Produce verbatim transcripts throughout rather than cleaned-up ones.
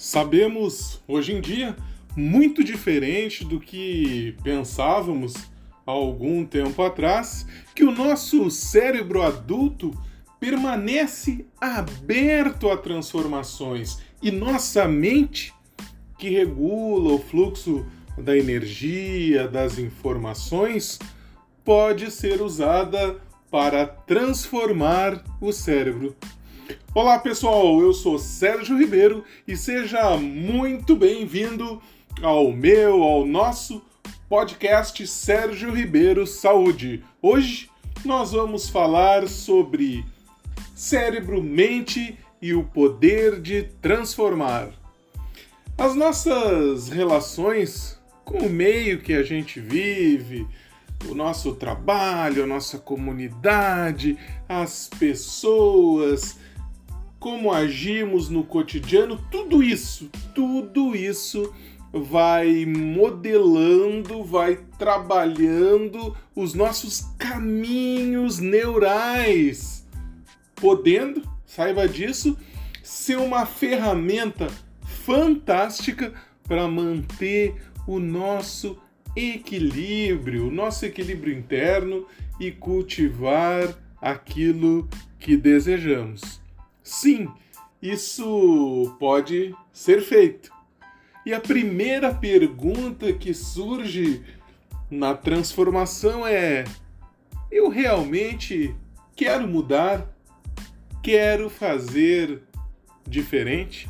Sabemos, hoje em dia, muito diferente do que pensávamos há algum tempo atrás, que o nosso cérebro adulto permanece aberto a transformações e nossa mente, que regula o fluxo da energia, das informações, pode ser usada para transformar o cérebro. Olá pessoal, eu sou Sérgio Ribeiro e seja muito bem-vindo ao meu, ao nosso podcast Sérgio Ribeiro Saúde. Hoje nós vamos falar sobre cérebro, mente e o poder de transformar. As nossas relações com o meio que a gente vive, o nosso trabalho, a nossa comunidade, as pessoas, como agimos no cotidiano, tudo isso, tudo isso vai modelando, vai trabalhando os nossos caminhos neurais, podendo, saiba disso, ser uma ferramenta fantástica para manter o nosso equilíbrio, o nosso equilíbrio interno e cultivar aquilo que desejamos. Sim, isso pode ser feito. E a primeira pergunta que surge na transformação é: eu realmente quero mudar? Quero fazer diferente?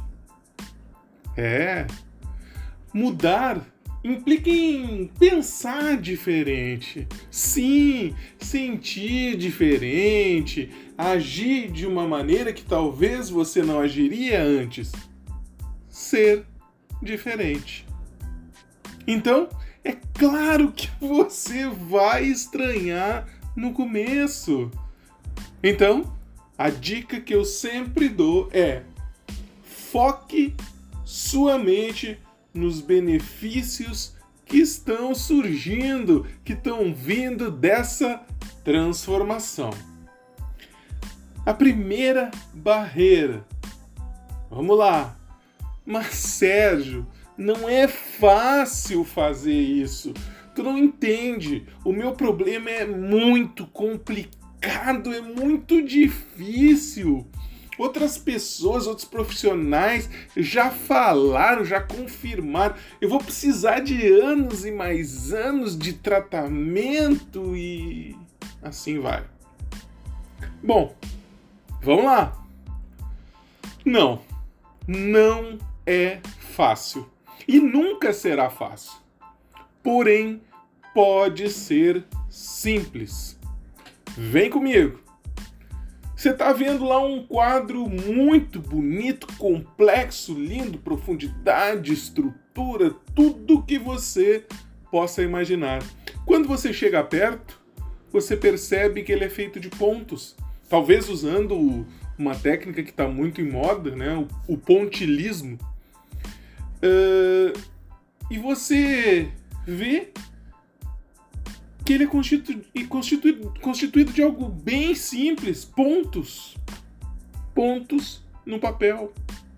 É, mudar implica em pensar diferente, sim, sentir diferente, agir de uma maneira que talvez você não agiria antes, ser diferente. Então, é claro que você vai estranhar no começo. Então, a dica que eu sempre dou é: foque sua mente nos benefícios que estão surgindo, que estão vindo dessa transformação. A primeira barreira. Vamos lá. Mas, Sérgio, não é fácil fazer isso. Tu não entende. O meu problema é muito complicado, é muito difícil. Outras pessoas, outros profissionais já falaram, já confirmaram. Eu vou precisar de anos e mais anos de tratamento e assim vai. Bom, vamos lá. Não, não é fácil e nunca será fácil. Porém, pode ser simples. Vem comigo. Você está vendo lá um quadro muito bonito, complexo, lindo, profundidade, estrutura, tudo que você possa imaginar. Quando você chega perto, você percebe que ele é feito de pontos. Talvez usando uma técnica que está muito em moda, né? o, o pontilismo. Uh, e você vê que ele é constitu- constituído, constituído de algo bem simples, pontos. Pontos no papel.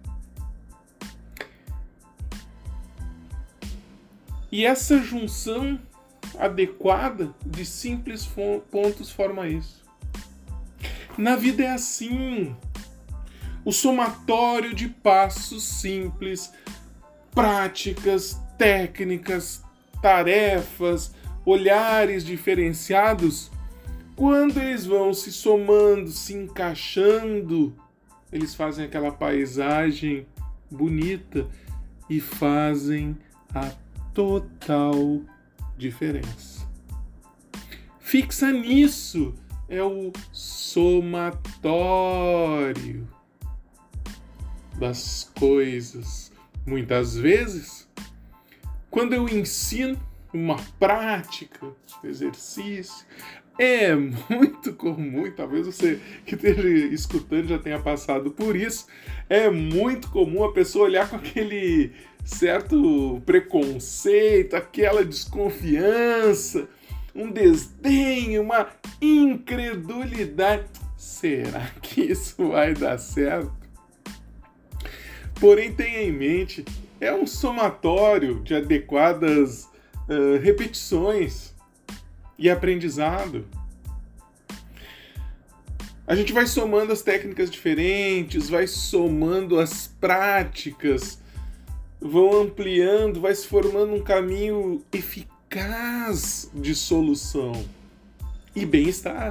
E essa junção adequada de simples fo- pontos forma isso. Na vida é assim. O somatório de passos simples, práticas, técnicas, tarefas, olhares diferenciados, quando eles vão se somando, se encaixando, eles fazem aquela paisagem bonita e fazem a total diferença. Fixa nisso, é o somatório das coisas. Muitas vezes, quando eu ensino uma prática, exercício, é muito comum, e talvez você que esteja escutando já tenha passado por isso, é muito comum a pessoa olhar com aquele certo preconceito, aquela desconfiança, um desdém, uma incredulidade. Será que isso vai dar certo? Porém, tenha em mente, é um somatório de adequadas uh, repetições e aprendizado. A gente vai somando as técnicas diferentes, vai somando as práticas, vão ampliando, vai se formando um caminho eficaz de solução e bem-estar.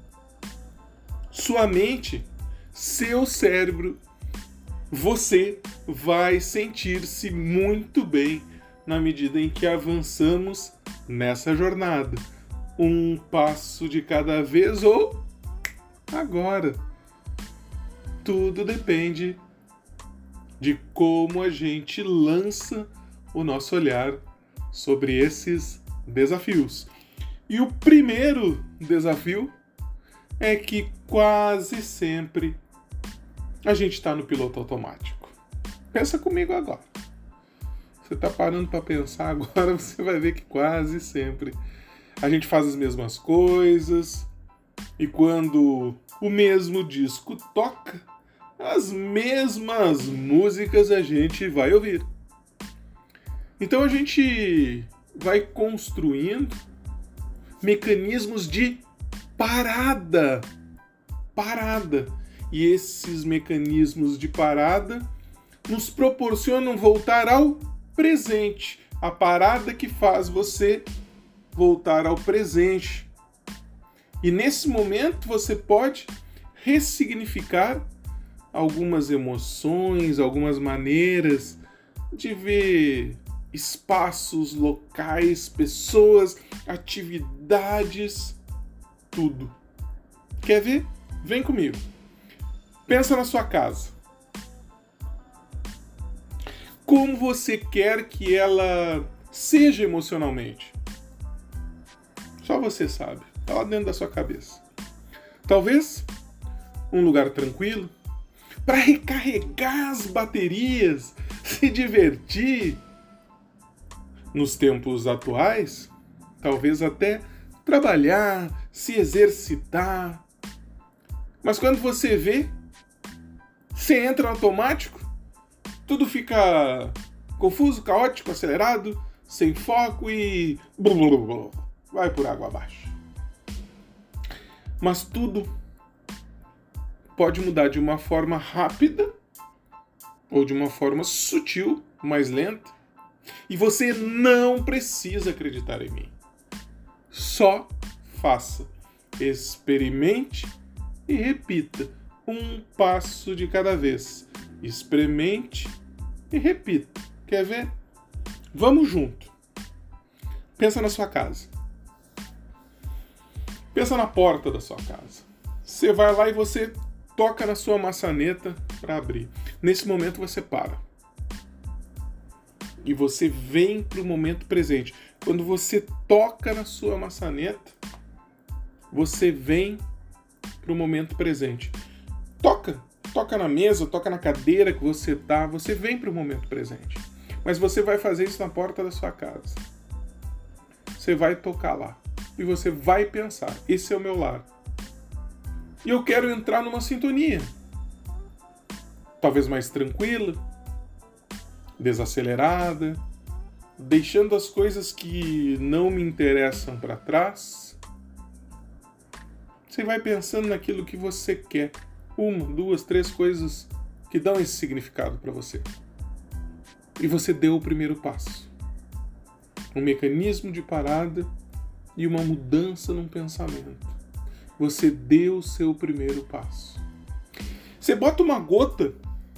Sua mente, seu cérebro, você vai sentir-se muito bem na medida em que avançamos nessa jornada. Um passo de cada vez ou agora. Tudo depende de como a gente lança o nosso olhar sobre esses desafios. E o primeiro desafio é que quase sempre a gente está no piloto automático. Pensa comigo agora. Você está parando para pensar agora, você vai ver que quase sempre a gente faz as mesmas coisas e quando o mesmo disco toca, as mesmas músicas a gente vai ouvir. Então a gente vai construindo mecanismos de parada. Parada. E esses mecanismos de parada nos proporcionam voltar ao presente. A parada que faz você voltar ao presente. E nesse momento você pode ressignificar algumas emoções, algumas maneiras de ver espaços, locais, pessoas, atividades, tudo. Quer ver? Vem comigo. Pensa na sua casa. Como você quer que ela seja emocionalmente? Só você sabe. Está lá dentro da sua cabeça. Talvez um lugar tranquilo para recarregar as baterias, se divertir. Nos tempos atuais, talvez até trabalhar, se exercitar. Mas quando você vê, você entra no automático, tudo fica confuso, caótico, acelerado, sem foco e vai por água abaixo. Mas tudo pode mudar de uma forma rápida ou de uma forma sutil, mais lenta. E você não precisa acreditar em mim. Só faça, experimente e repita um passo de cada vez. Experimente e repita. Quer ver? Vamos junto. Pensa na sua casa. Pensa na porta da sua casa. Você vai lá e você toca na sua maçaneta para abrir. Nesse momento você para. E você vem para o momento presente. Quando você toca na sua maçaneta, você vem para o momento presente. Toca. Toca na mesa, toca na cadeira que você está. Você vem para o momento presente. Mas você vai fazer isso na porta da sua casa. Você vai tocar lá. E você vai pensar, esse é o meu lar. E eu quero entrar numa sintonia. Talvez mais tranquila, desacelerada, deixando as coisas que não me interessam para trás. Você vai pensando naquilo que você quer. Uma, duas, três coisas que dão esse significado para você. E você deu o primeiro passo. Um mecanismo de parada e uma mudança num pensamento. Você deu o seu primeiro passo. Você bota uma gota.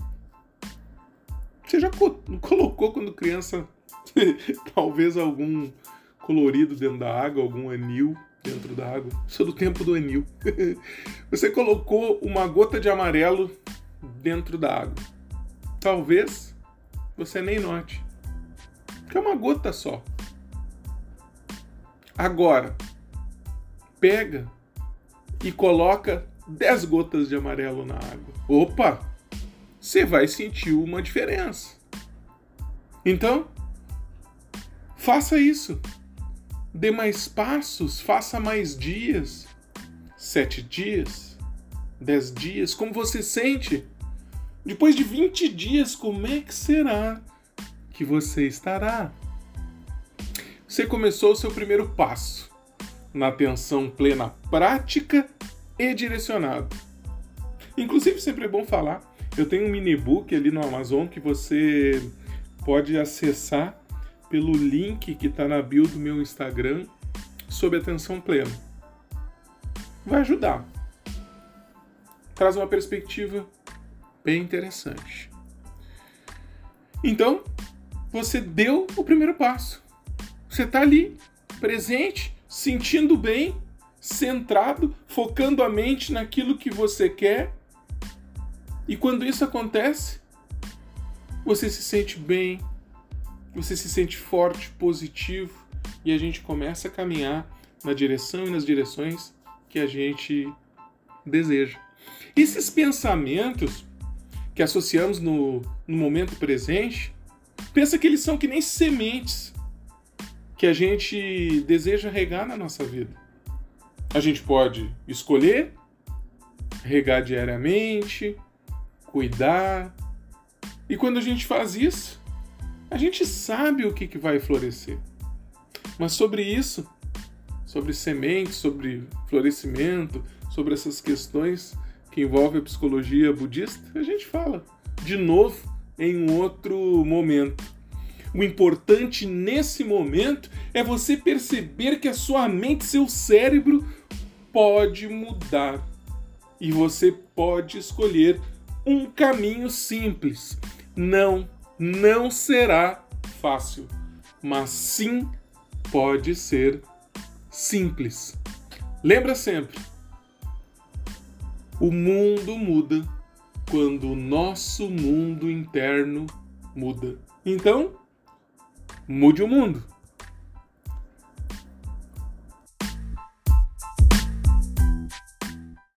Você já colocou quando criança talvez algum colorido dentro da água, algum anil dentro da água? Sou do tempo do anil. Você colocou uma gota de amarelo dentro da água. Talvez você nem note. Que é uma gota só. Agora, pega e coloca dez gotas de amarelo na água. Opa! Você vai sentir uma diferença. Então, faça isso. Dê mais passos, faça mais dias. Sete dias, dez dias, como você sente. Depois de vinte dias, como é que será que você estará? Você começou o seu primeiro passo na atenção plena prática e direcionada. Inclusive, sempre é bom falar, eu tenho um mini book ali no Amazon que você pode acessar pelo link que está na bio do meu Instagram sobre atenção plena. Vai ajudar. Traz uma perspectiva bem interessante. Então, você deu o primeiro passo. Você está ali, presente, sentindo bem, centrado, focando a mente naquilo que você quer. E quando isso acontece, você se sente bem, você se sente forte, positivo, e a gente começa a caminhar na direção e nas direções que a gente deseja. Esses pensamentos que associamos no, no momento presente, pensa que eles são que nem sementes que a gente deseja regar na nossa vida. A gente pode escolher regar diariamente, cuidar, e quando a gente faz isso, a gente sabe o que, que vai florescer. Mas sobre isso, sobre sementes, sobre florescimento, sobre essas questões que envolvem a psicologia budista, a gente fala de novo em um outro momento. O importante nesse momento é você perceber que a sua mente, seu cérebro, pode mudar. E você pode escolher um caminho simples. Não, não será fácil, mas sim pode ser simples. Lembra sempre, o mundo muda quando o nosso mundo interno muda. Então, mude o mundo.